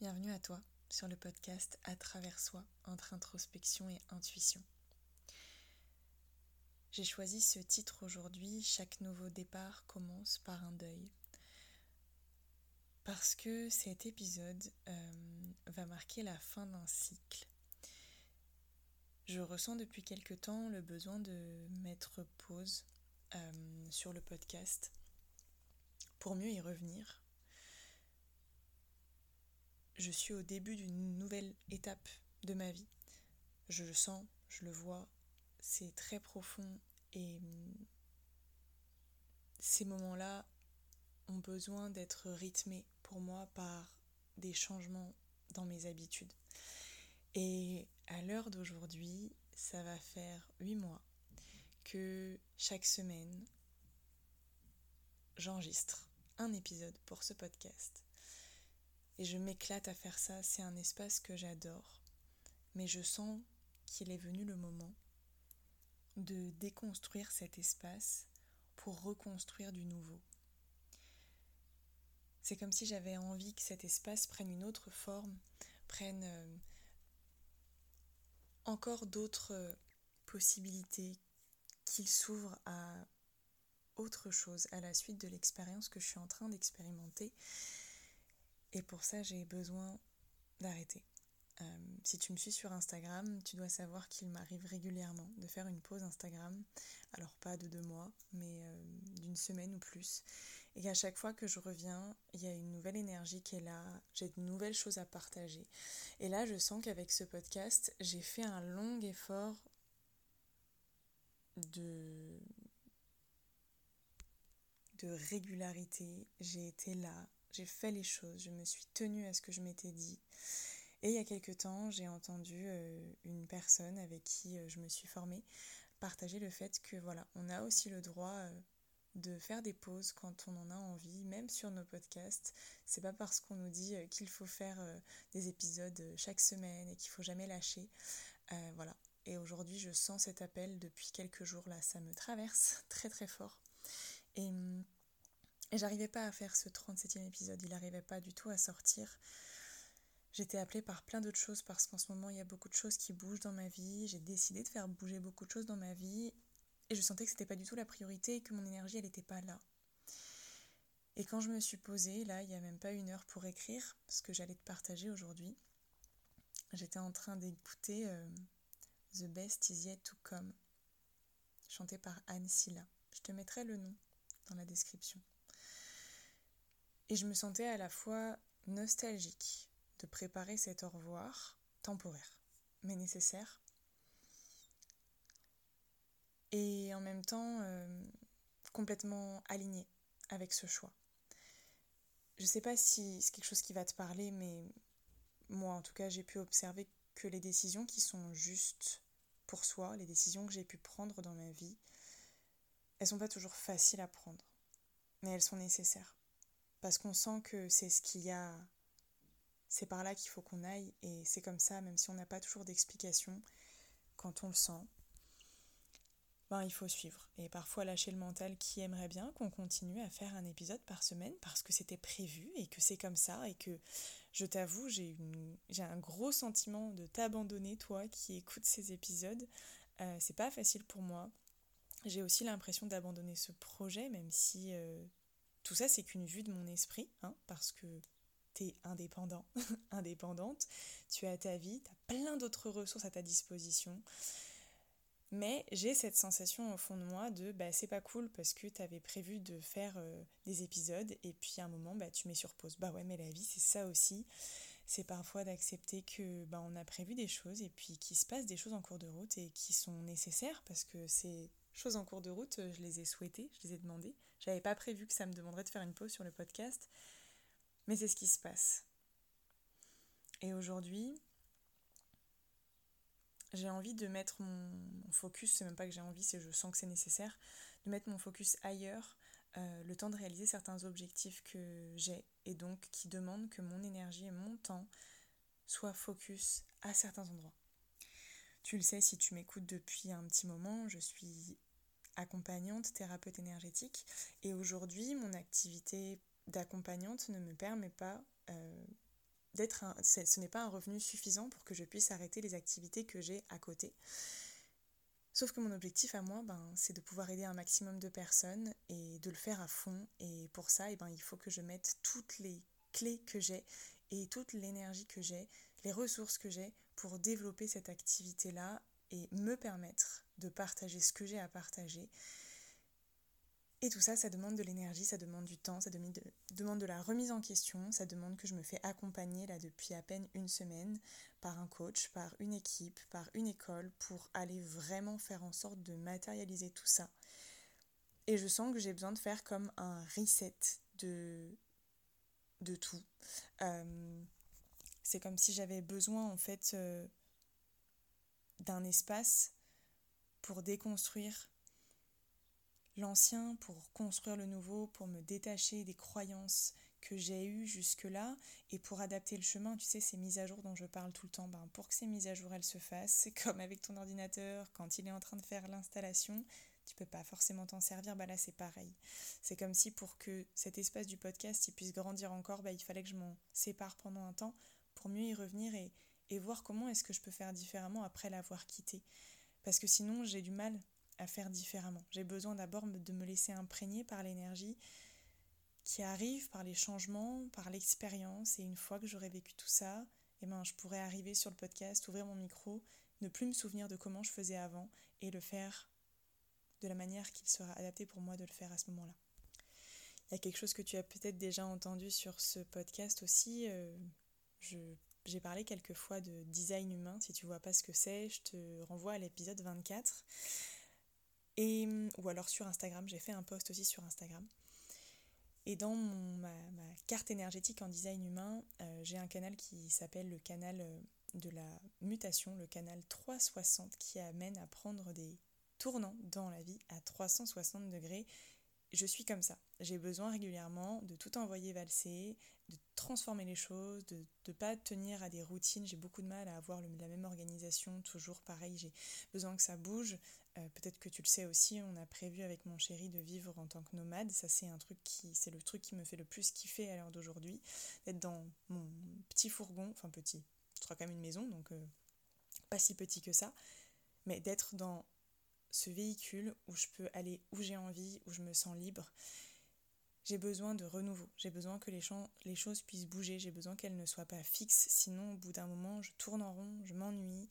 bienvenue à toi sur le podcast À travers soi, entre introspection et intuition. J'ai choisi ce titre aujourd'hui, chaque nouveau départ commence par un deuil. Parce que cet épisode va marquer la fin d'un cycle. Je ressens depuis quelque temps le besoin de mettre pause sur le podcast pour mieux y revenir. Je suis au début d'une nouvelle étape de ma vie. Je le sens, je le vois, c'est très profond et ces moments-là ont besoin d'être rythmés pour moi par des changements dans mes habitudes. Et à l'heure d'aujourd'hui, ça va faire 8 mois que chaque semaine, j'enregistre un épisode pour ce podcast. Et je m'éclate à faire ça, c'est un espace que j'adore. Mais je sens qu'il est venu le moment de déconstruire cet espace pour reconstruire du nouveau. C'est comme si j'avais envie que cet espace prenne une autre forme, prenne encore d'autres possibilités, qu'il s'ouvre à autre chose, à la suite de l'expérience que je suis en train d'expérimenter. Et pour ça, j'ai besoin d'arrêter. Si tu me suis sur Instagram, tu dois savoir qu'il m'arrive régulièrement de faire une pause Instagram. Alors pas de 2 mois, mais d'une semaine ou plus. Et qu'à chaque fois que je reviens, il y a une nouvelle énergie qui est là, j'ai de nouvelles choses à partager. Et là, je sens qu'avec ce podcast, j'ai fait un long effort de régularité. J'ai été là, j'ai fait les choses, je me suis tenue à ce que je m'étais dit. Et il y a quelques temps, j'ai entendu une personne avec qui je me suis formée partager le fait que voilà, on a aussi le droit de faire des pauses quand on en a envie, même sur nos podcasts. C'est pas parce qu'on nous dit qu'il faut faire des épisodes chaque semaine et qu'il faut jamais lâcher. Voilà. Et aujourd'hui, je sens cet appel depuis quelques jours là, ça me traverse très très fort. Et j'arrivais pas à faire ce 37e épisode, il n'arrivait pas du tout à sortir. J'étais appelée par plein d'autres choses parce qu'en ce moment, il y a beaucoup de choses qui bougent dans ma vie. J'ai décidé de faire bouger beaucoup de choses dans ma vie et je sentais que c'était pas du tout la priorité et que mon énergie, elle était pas là. Et quand je me suis posée, là, il y a même pas 1 heure pour écrire ce que j'allais te partager aujourd'hui, j'étais en train d'écouter The Best Is Yet To Come, chanté par Anne Silla. Je te mettrai le nom dans la description. Et je me sentais à la fois nostalgique de préparer cet au revoir temporaire, mais nécessaire. Et en même temps, complètement alignée avec ce choix. Je sais pas si c'est quelque chose qui va te parler, mais moi en tout cas, j'ai pu observer que les décisions qui sont justes pour soi, les décisions que j'ai pu prendre dans ma vie, elles sont pas toujours faciles à prendre, mais elles sont nécessaires. Parce qu'on sent que c'est ce qu'il y a, c'est par là qu'il faut qu'on aille, et c'est comme ça, même si on n'a pas toujours d'explication, quand on le sent, il faut suivre. Et parfois lâcher le mental qui aimerait bien qu'on continue à faire un épisode par semaine parce que c'était prévu et que c'est comme ça et que, je t'avoue, j'ai un gros sentiment de t'abandonner, toi qui écoutes ces épisodes. C'est pas facile pour moi. J'ai aussi l'impression d'abandonner ce projet, même si tout ça c'est qu'une vue de mon esprit, parce que t'es indépendant, indépendante, tu as ta vie, t'as plein d'autres ressources à ta disposition. Mais j'ai cette sensation au fond de moi de c'est pas cool parce que t'avais prévu de faire des épisodes et puis à un moment tu mets sur pause. Ouais, mais la vie c'est ça aussi. C'est parfois d'accepter que on a prévu des choses et puis qu'il se passe des choses en cours de route et qui sont nécessaires parce que ces choses en cours de route, je les ai souhaitées, je les ai demandées. J'avais pas prévu que ça me demanderait de faire une pause sur le podcast, mais c'est ce qui se passe. Et aujourd'hui, j'ai envie de mettre mon focus, c'est même pas que j'ai envie, c'est que je sens que c'est nécessaire, de mettre mon focus ailleurs, le temps de réaliser certains objectifs que j'ai et donc qui demandent que mon énergie et mon temps soient focus à certains endroits. Tu le sais si tu m'écoutes depuis un petit moment, je suis accompagnante, thérapeute énergétique et aujourd'hui mon activité d'accompagnante ne me permet pas ce n'est pas un revenu suffisant pour que je puisse arrêter les activités que j'ai à côté. Sauf que mon objectif à moi, c'est de pouvoir aider un maximum de personnes et de le faire à fond. Et pour ça, il faut que je mette toutes les clés que j'ai et toute l'énergie que j'ai, les ressources que j'ai pour développer cette activité-là et me permettre de partager ce que j'ai à partager. Et tout ça, ça demande de l'énergie, ça demande du temps, ça demande de la remise en question, ça demande que je me fais accompagner là depuis à peine une semaine par un coach, par une équipe, par une école pour aller vraiment faire en sorte de matérialiser tout ça. Et je sens que j'ai besoin de faire comme un reset de tout. C'est comme si j'avais besoin en fait d'un espace pour déconstruire l'ancien, pour construire le nouveau, pour me détacher des croyances que j'ai eues jusque-là et pour adapter le chemin. Tu sais, ces mises à jour dont je parle tout le temps, pour que ces mises à jour elles se fassent, c'est comme avec ton ordinateur, quand il est en train de faire l'installation, tu peux pas forcément t'en servir, là c'est pareil. C'est comme si pour que cet espace du podcast il puisse grandir encore, il fallait que je m'en sépare pendant un temps pour mieux y revenir et voir comment est-ce que je peux faire différemment après l'avoir quitté. Parce que sinon j'ai du mal à faire différemment. J'ai besoin d'abord de me laisser imprégner par l'énergie qui arrive, par les changements, par l'expérience. Et une fois que j'aurai vécu tout ça, je pourrai arriver sur le podcast, ouvrir mon micro, ne plus me souvenir de comment je faisais avant et le faire de la manière qu'il sera adapté pour moi de le faire à ce moment-là. Il y a quelque chose que tu as peut-être déjà entendu sur ce podcast aussi. J'ai parlé quelques fois de design humain. Si tu vois pas ce que c'est, je te renvoie à l'épisode 24. Ou alors sur Instagram, j'ai fait un post aussi sur Instagram. Et dans ma carte énergétique en design humain, j'ai un canal qui s'appelle le canal de la mutation, le canal 360, qui amène à prendre des tournants dans la vie à 360 degrés. Je suis comme ça. J'ai besoin régulièrement de tout envoyer valser, de transformer les choses, de ne pas tenir à des routines. J'ai beaucoup de mal à avoir la même organisation, toujours pareil, j'ai besoin que ça bouge. Peut-être que tu le sais aussi, on a prévu avec mon chéri de vivre en tant que nomade. Ça, c'est le truc qui me fait le plus kiffer à l'heure d'aujourd'hui. D'être dans mon petit fourgon, enfin petit, ce sera quand même une maison, donc pas si petit que ça, mais d'être dans ce véhicule où je peux aller où j'ai envie, où je me sens libre. J'ai besoin de renouveau, j'ai besoin que les choses puissent bouger, j'ai besoin qu'elles ne soient pas fixes, sinon au bout d'un moment je tourne en rond, je m'ennuie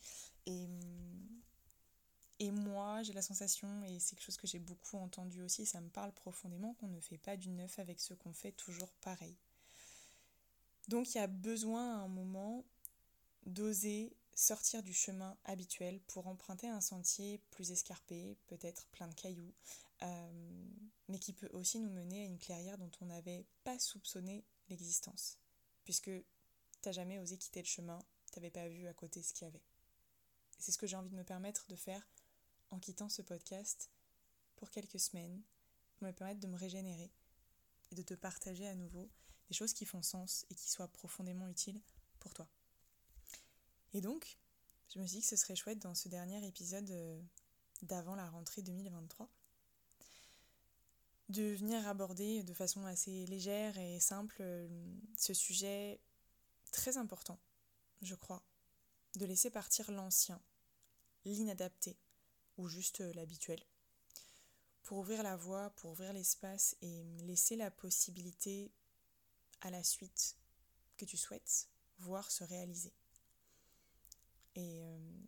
et moi j'ai la sensation, et c'est quelque chose que j'ai beaucoup entendu aussi, ça me parle profondément, qu'on ne fait pas du neuf avec ce qu'on fait toujours pareil. Donc il y a besoin à un moment d'oser sortir du chemin habituel pour emprunter un sentier plus escarpé, peut-être plein de cailloux, mais qui peut aussi nous mener à une clairière dont on n'avait pas soupçonné l'existence. Puisque t'as jamais osé quitter le chemin, t'avais pas vu à côté ce qu'il y avait. Et c'est ce que j'ai envie de me permettre de faire en quittant ce podcast pour quelques semaines, pour me permettre de me régénérer et de te partager à nouveau des choses qui font sens et qui soient profondément utiles pour toi. Et donc, je me suis dit que ce serait chouette dans ce dernier épisode d'avant la rentrée 2023 de venir aborder de façon assez légère et simple ce sujet très important, je crois, de laisser partir l'ancien, l'inadapté ou juste l'habituel, pour ouvrir la voie, pour ouvrir l'espace et laisser la possibilité à la suite que tu souhaites voir se réaliser. Et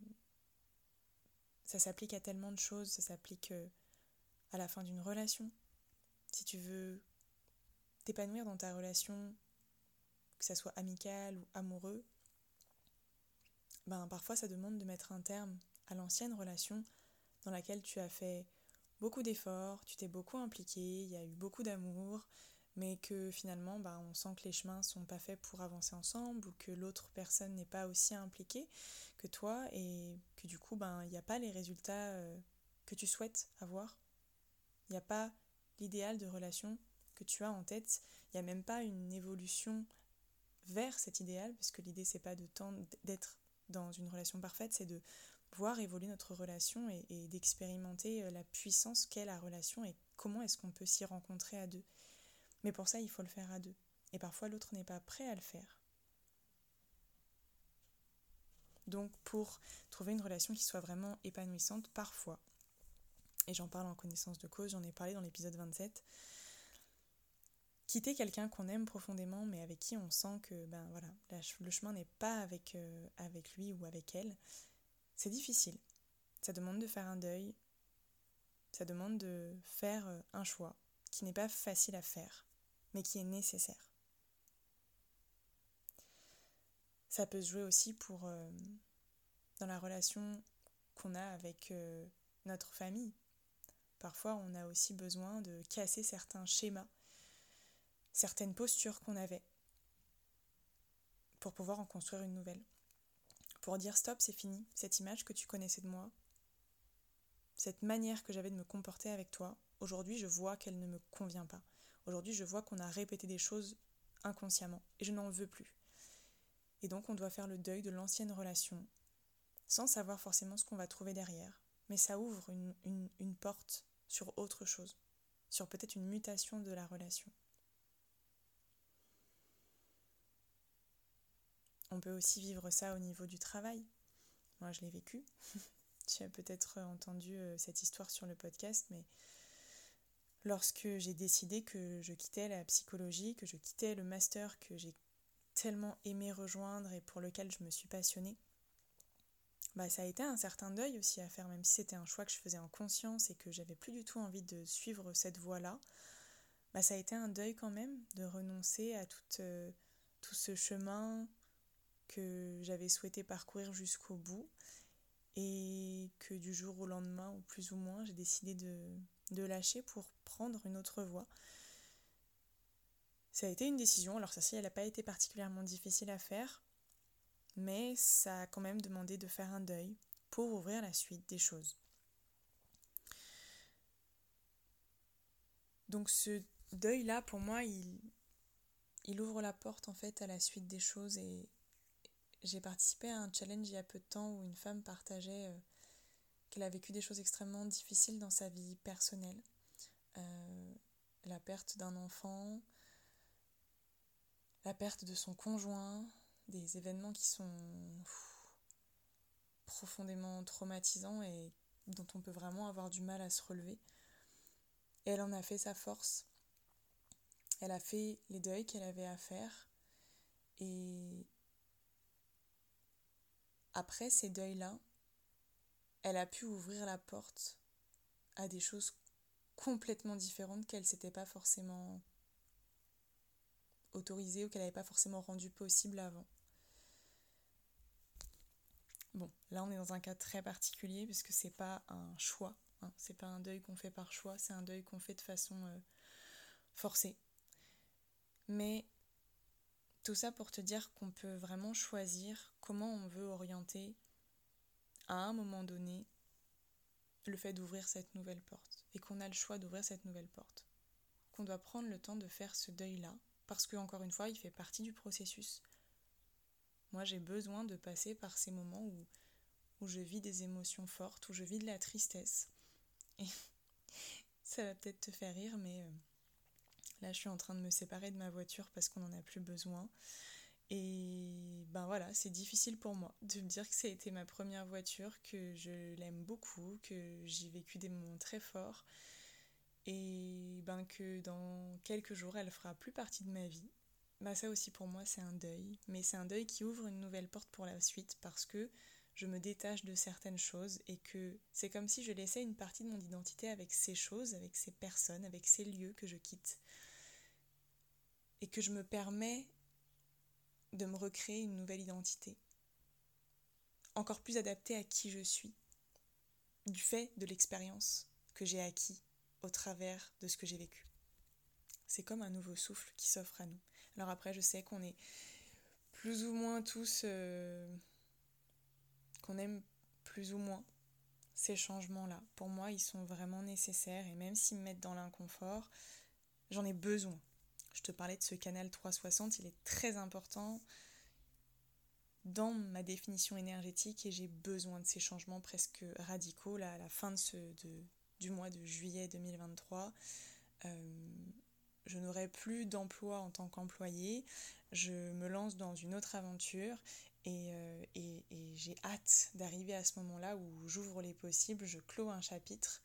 ça s'applique à tellement de choses, ça s'applique à la fin d'une relation. Si tu veux t'épanouir dans ta relation, que ça soit amical ou amoureux, parfois ça demande de mettre un terme à l'ancienne relation dans laquelle tu as fait beaucoup d'efforts, tu t'es beaucoup impliqué, il y a eu beaucoup d'amour, mais que finalement on sent que les chemins sont pas faits pour avancer ensemble ou que l'autre personne n'est pas aussi impliquée que toi et que du coup il n'y a pas les résultats que tu souhaites avoir. Il n'y a pas l'idéal de relation que tu as en tête, il n'y a même pas une évolution vers cet idéal, parce que l'idée c'est pas d'être dans une relation parfaite, c'est de voir évoluer notre relation et d'expérimenter la puissance qu'est la relation et comment est-ce qu'on peut s'y rencontrer à deux. Mais pour ça il faut le faire à deux, et parfois l'autre n'est pas prêt à le faire. Donc pour trouver une relation qui soit vraiment épanouissante, parfois, et j'en parle en connaissance de cause, j'en ai parlé dans l'épisode 27, quitter quelqu'un qu'on aime profondément mais avec qui on sent que le chemin n'est pas avec lui ou avec elle, c'est difficile. Ça demande de faire un deuil, ça demande de faire un choix qui n'est pas facile à faire, mais qui est nécessaire. Ça peut se jouer aussi dans la relation qu'on a avec notre famille. Parfois, on a aussi besoin de casser certains schémas, certaines postures qu'on avait pour pouvoir en construire une nouvelle. Pour dire stop, c'est fini, cette image que tu connaissais de moi, cette manière que j'avais de me comporter avec toi, aujourd'hui je vois qu'elle ne me convient pas. Aujourd'hui je vois qu'on a répété des choses inconsciemment et je n'en veux plus. Et donc on doit faire le deuil de l'ancienne relation sans savoir forcément ce qu'on va trouver derrière. Mais ça ouvre une porte sur autre chose, sur peut-être une mutation de la relation. On peut aussi vivre ça au niveau du travail. Moi je l'ai vécu. Tu as peut-être entendu cette histoire sur le podcast, mais lorsque j'ai décidé que je quittais la psychologie, que je quittais le master que j'ai tellement aimé rejoindre et pour lequel je me suis passionnée, ça a été un certain deuil aussi à faire, même si c'était un choix que je faisais en conscience et que j'avais plus du tout envie de suivre cette voie-là. Ça a été un deuil quand même de renoncer à tout ce chemin que j'avais souhaité parcourir jusqu'au bout et que du jour au lendemain, ou plus ou moins, j'ai décidé de lâcher pour prendre une autre voie. Ça a été une décision, alors celle-ci elle n'a pas été particulièrement difficile à faire, mais ça a quand même demandé de faire un deuil pour ouvrir la suite des choses. Donc ce deuil-là, pour moi, il ouvre la porte en fait à la suite des choses. Et j'ai participé à un challenge il y a peu de temps où une femme partageait qu'elle a vécu des choses extrêmement difficiles dans sa vie personnelle. La perte d'un enfant, la perte de son conjoint, des événements qui sont profondément traumatisants et dont on peut vraiment avoir du mal à se relever. Et elle en a fait sa force. Elle a fait les deuils qu'elle avait à faire. Et après ces deuils-là, elle a pu ouvrir la porte à des choses complètement différentes qu'elle ne s'était pas forcément autorisées ou qu'elle n'avait pas forcément rendues possibles avant. Bon, là on est dans un cas très particulier puisque c'est pas un choix, c'est pas un deuil qu'on fait par choix, c'est un deuil qu'on fait de façon forcée. Mais tout ça pour te dire qu'on peut vraiment choisir comment on veut orienter à un moment donné le fait d'ouvrir cette nouvelle porte et qu'on a le choix d'ouvrir cette nouvelle porte. Qu'on doit prendre le temps de faire ce deuil-là parce que, encore une fois, il fait partie du processus. Moi, j'ai besoin de passer par ces moments où je vis des émotions fortes, où je vis de la tristesse. Et ça va peut-être te faire rire, mais là, je suis en train de me séparer de ma voiture parce qu'on n'en a plus besoin. Et voilà, c'est difficile pour moi de me dire que ça a été ma première voiture, que je l'aime beaucoup, que j'ai vécu des moments très forts et que dans quelques jours elle fera plus partie de ma vie. Ça aussi pour moi c'est un deuil, mais c'est un deuil qui ouvre une nouvelle porte pour la suite parce que je me détache de certaines choses et que c'est comme si je laissais une partie de mon identité avec ces choses, avec ces personnes, avec ces lieux que je quitte et que je me permets de me recréer une nouvelle identité encore plus adaptée à qui je suis du fait de l'expérience que j'ai acquis au travers de ce que j'ai vécu. C'est comme un nouveau souffle qui s'offre à nous. Alors après, je sais qu'on est plus ou moins tous, qu'on aime plus ou moins ces changements-là. Pour moi, ils sont vraiment nécessaires et même s'ils me mettent dans l'inconfort, j'en ai besoin. Je te parlais de ce canal 360, il est très important dans ma définition énergétique et j'ai besoin de ces changements presque radicaux. Là, à la fin du mois de juillet 2023, je n'aurai plus d'emploi en tant qu'employée, je me lance dans une autre aventure Et j'ai hâte d'arriver à ce moment-là où j'ouvre les possibles, je clôt un chapitre,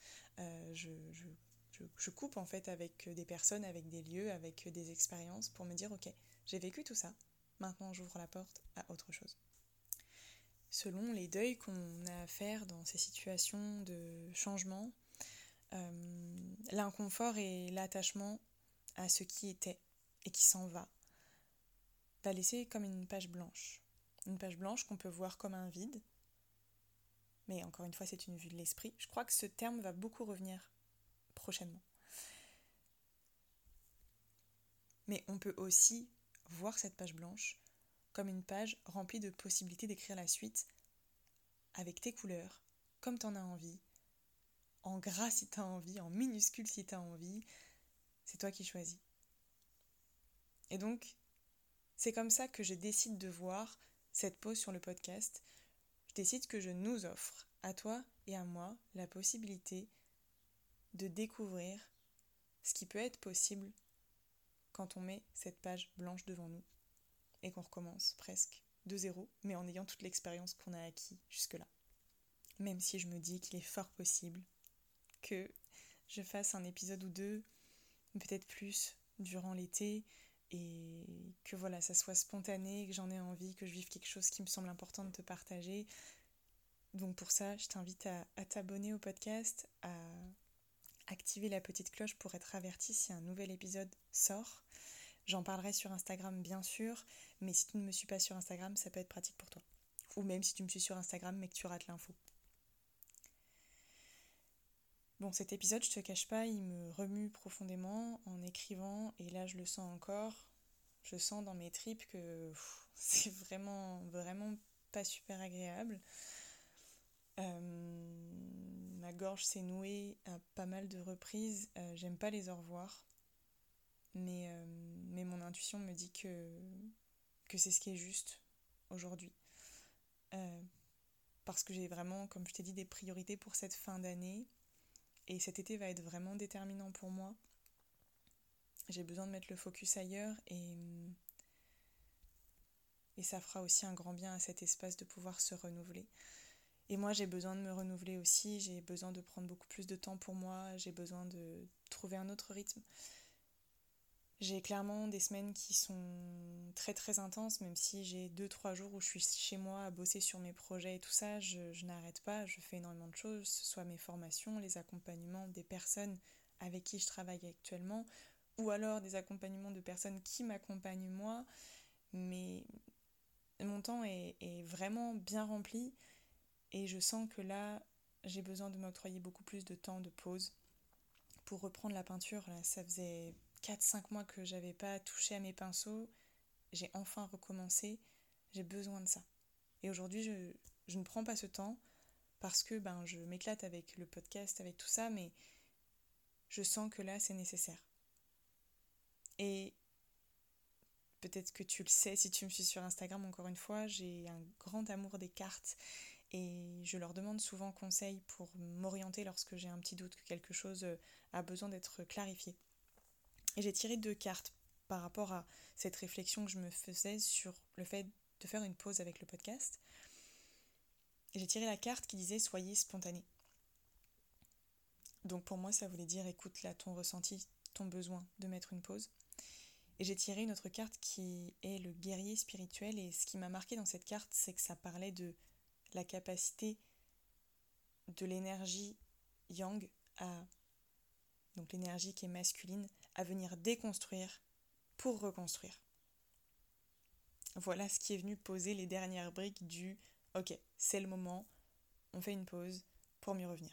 je coupe en fait avec des personnes, avec des lieux, avec des expériences pour me dire ok, j'ai vécu tout ça, maintenant j'ouvre la porte à autre chose. Selon les deuils qu'on a à faire dans ces situations de changement, l'inconfort et l'attachement à ce qui était et qui s'en va laisser comme une page blanche. Une page blanche qu'on peut voir comme un vide, mais encore une fois c'est une vue de l'esprit. Je crois que ce terme va beaucoup revenir prochainement. Mais on peut aussi voir cette page blanche comme une page remplie de possibilités d'écrire la suite avec tes couleurs, comme t'en as envie, en gras si t'as envie, en minuscule si t'as envie, c'est toi qui choisis. Et donc, c'est comme ça que je décide de voir cette pause sur le podcast. Je décide que je nous offre, à toi et à moi, la possibilité de découvrir ce qui peut être possible quand on met cette page blanche devant nous et qu'on recommence presque de zéro, mais en ayant toute l'expérience qu'on a acquis jusque-là. Même si je me dis qu'il est fort possible que je fasse un épisode ou deux, peut-être plus, durant l'été, et que voilà, ça soit spontané, que j'en ai envie, que je vive quelque chose qui me semble important de te partager. Donc pour ça, je t'invite à t'abonner au podcast, à activer la petite cloche pour être averti si un nouvel épisode sort. J'en parlerai sur Instagram bien sûr, mais si tu ne me suis pas sur Instagram, ça peut être pratique pour toi. Ou même si tu me suis sur Instagram mais que tu rates l'info. Bon, cet épisode, je te cache pas, il me remue profondément en écrivant, et là je le sens encore. Je sens dans mes tripes que c'est vraiment, vraiment pas super agréable. Ma gorge s'est nouée à pas mal de reprises. J'aime pas les au revoir. Mais mon intuition me dit que c'est ce qui est juste aujourd'hui. Parce que j'ai vraiment, comme je t'ai dit, des priorités pour cette fin d'année. Et cet été va être vraiment déterminant pour moi. J'ai besoin de mettre le focus ailleurs et ça fera aussi un grand bien à cet espace de pouvoir se renouveler. Et moi, j'ai besoin de me renouveler aussi, j'ai besoin de prendre beaucoup plus de temps pour moi, j'ai besoin de trouver un autre rythme. J'ai clairement des semaines qui sont très très intenses, même si j'ai 2-3 jours où je suis chez moi à bosser sur mes projets et tout ça, je n'arrête pas, je fais énormément de choses, que ce soit mes formations, les accompagnements des personnes avec qui je travaille actuellement, ou alors des accompagnements de personnes qui m'accompagnent moi, mais mon temps est vraiment bien rempli et je sens que là, j'ai besoin de m'octroyer beaucoup plus de temps de pause pour reprendre la peinture. Là, ça faisait 4-5 mois que j'avais pas touché à mes pinceaux, j'ai enfin recommencé, j'ai besoin de ça. Et aujourd'hui, je ne prends pas ce temps parce que je m'éclate avec le podcast, avec tout ça, mais je sens que là, c'est nécessaire. Et peut-être que tu le sais si tu me suis sur Instagram, encore une fois, j'ai un grand amour des cartes et je leur demande souvent conseil pour m'orienter lorsque j'ai un petit doute, que quelque chose a besoin d'être clarifié. Et j'ai tiré 2 cartes par rapport à cette réflexion que je me faisais sur le fait de faire une pause avec le podcast. Et j'ai tiré la carte qui disait « Soyez spontané ». Donc pour moi, ça voulait dire « Écoute là ton ressenti, ton besoin de mettre une pause ». Et j'ai tiré une autre carte qui est le guerrier spirituel. Et ce qui m'a marqué dans cette carte, c'est que ça parlait de la capacité de l'énergie yang, donc l'énergie qui est masculine, à venir déconstruire pour reconstruire. Voilà ce qui est venu poser les dernières briques du « Ok, c'est le moment, on fait une pause pour mieux revenir ».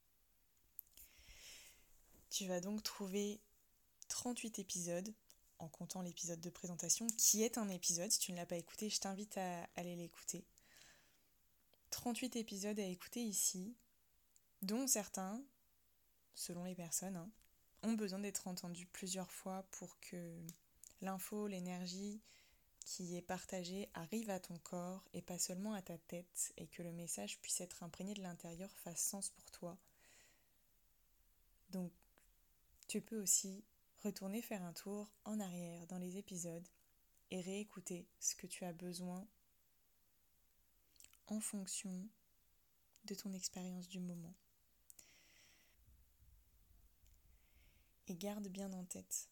Tu vas donc trouver 38 épisodes, en comptant l'épisode de présentation, qui est un épisode. Si tu ne l'as pas écouté, je t'invite à aller l'écouter. 38 épisodes à écouter ici, dont certains, selon les personnes, ont besoin d'être entendus plusieurs fois pour que l'info, l'énergie qui est partagée arrive à ton corps et pas seulement à ta tête, et que le message puisse être imprégné de l'intérieur, fasse sens pour toi. Donc, tu peux aussi retourner faire un tour en arrière dans les épisodes et réécouter ce que tu as besoin en fonction de ton expérience du moment. Et garde bien en tête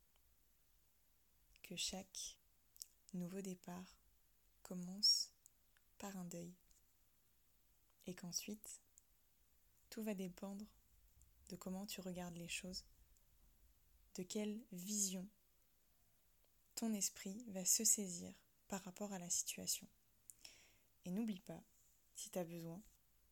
que chaque nouveau départ commence par un deuil. Et qu'ensuite, tout va dépendre de comment tu regardes les choses, de quelle vision ton esprit va se saisir par rapport à la situation. Et n'oublie pas, si tu as besoin,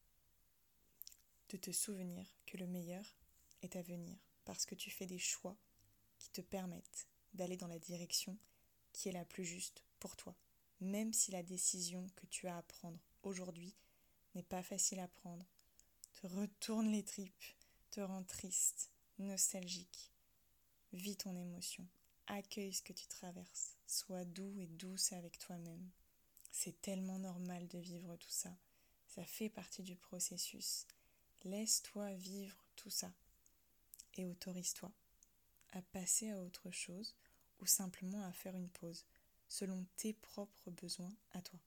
de te souvenir que le meilleur est à venir, parce que tu fais des choix qui te permettent d'aller dans la direction qui est la plus juste pour toi, même si la décision que tu as à prendre aujourd'hui n'est pas facile à prendre, te retourne les tripes, te rend triste, nostalgique. Vis ton émotion, accueille ce que tu traverses, sois doux et douce avec toi-même. C'est tellement normal de vivre tout ça, ça fait partie du processus. Laisse-toi vivre tout ça et autorise-toi à passer à autre chose ou simplement à faire une pause selon tes propres besoins à toi.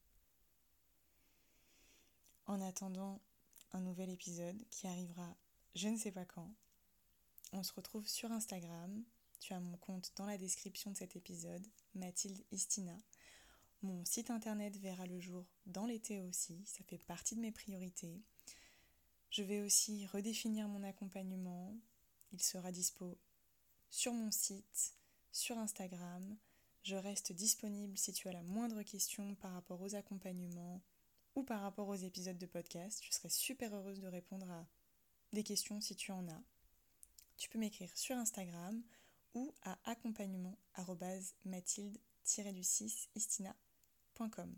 En attendant un nouvel épisode qui arrivera je ne sais pas quand, on se retrouve sur Instagram. Tu as mon compte dans la description de cet épisode, Mathilde Istina. Mon site internet verra le jour dans l'été aussi, ça fait partie de mes priorités. Je vais aussi redéfinir mon accompagnement. Il sera dispo sur mon site, sur Instagram. Je reste disponible si tu as la moindre question par rapport aux accompagnements ou par rapport aux épisodes de podcast. Je serai super heureuse de répondre à des questions si tu en as. Tu peux m'écrire sur Instagram ou à accompagnement@mathilde-istina.com.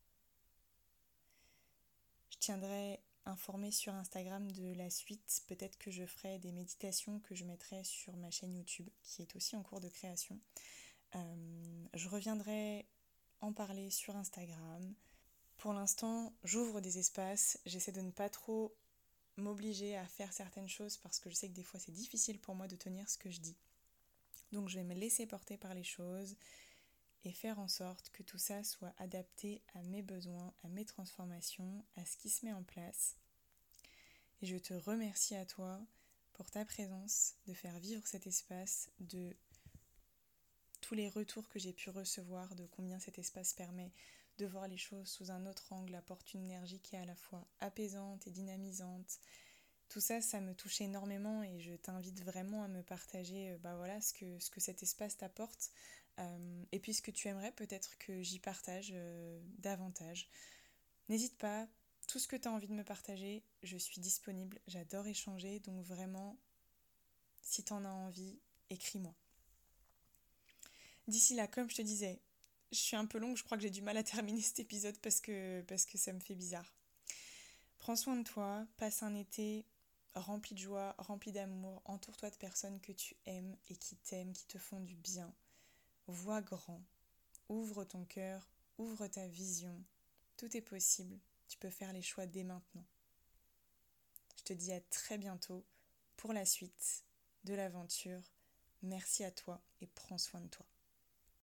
Je tiendrai informé sur Instagram de la suite. Peut-être que je ferai des méditations que je mettrai sur ma chaîne YouTube, qui est aussi en cours de création. Je reviendrai en parler sur Instagram. Pour l'instant, j'ouvre des espaces. J'essaie de ne pas trop m'obliger à faire certaines choses parce que je sais que des fois c'est difficile pour moi de tenir ce que je dis. Donc je vais me laisser porter par les choses et faire en sorte que tout ça soit adapté à mes besoins, à mes transformations, à ce qui se met en place. Et je te remercie à toi pour ta présence, de faire vivre cet espace, de tous les retours que j'ai pu recevoir, de combien cet espace permet de voir les choses sous un autre angle, apporte une énergie qui est à la fois apaisante et dynamisante. Tout ça, ça me touche énormément et je t'invite vraiment à me partager ce que cet espace t'apporte et puis ce que tu aimerais peut-être que j'y partage davantage. N'hésite pas, tout ce que tu as envie de me partager, je suis disponible, j'adore échanger, donc vraiment, si tu en as envie, écris-moi. D'ici là, comme je te disais, je suis un peu longue, je crois que j'ai du mal à terminer cet épisode parce que ça me fait bizarre. Prends soin de toi, passe un été rempli de joie, rempli d'amour, entoure-toi de personnes que tu aimes et qui t'aiment, qui te font du bien. Vois grand, ouvre ton cœur, ouvre ta vision, tout est possible, tu peux faire les choix dès maintenant. Je te dis à très bientôt pour la suite de l'aventure. Merci à toi et prends soin de toi.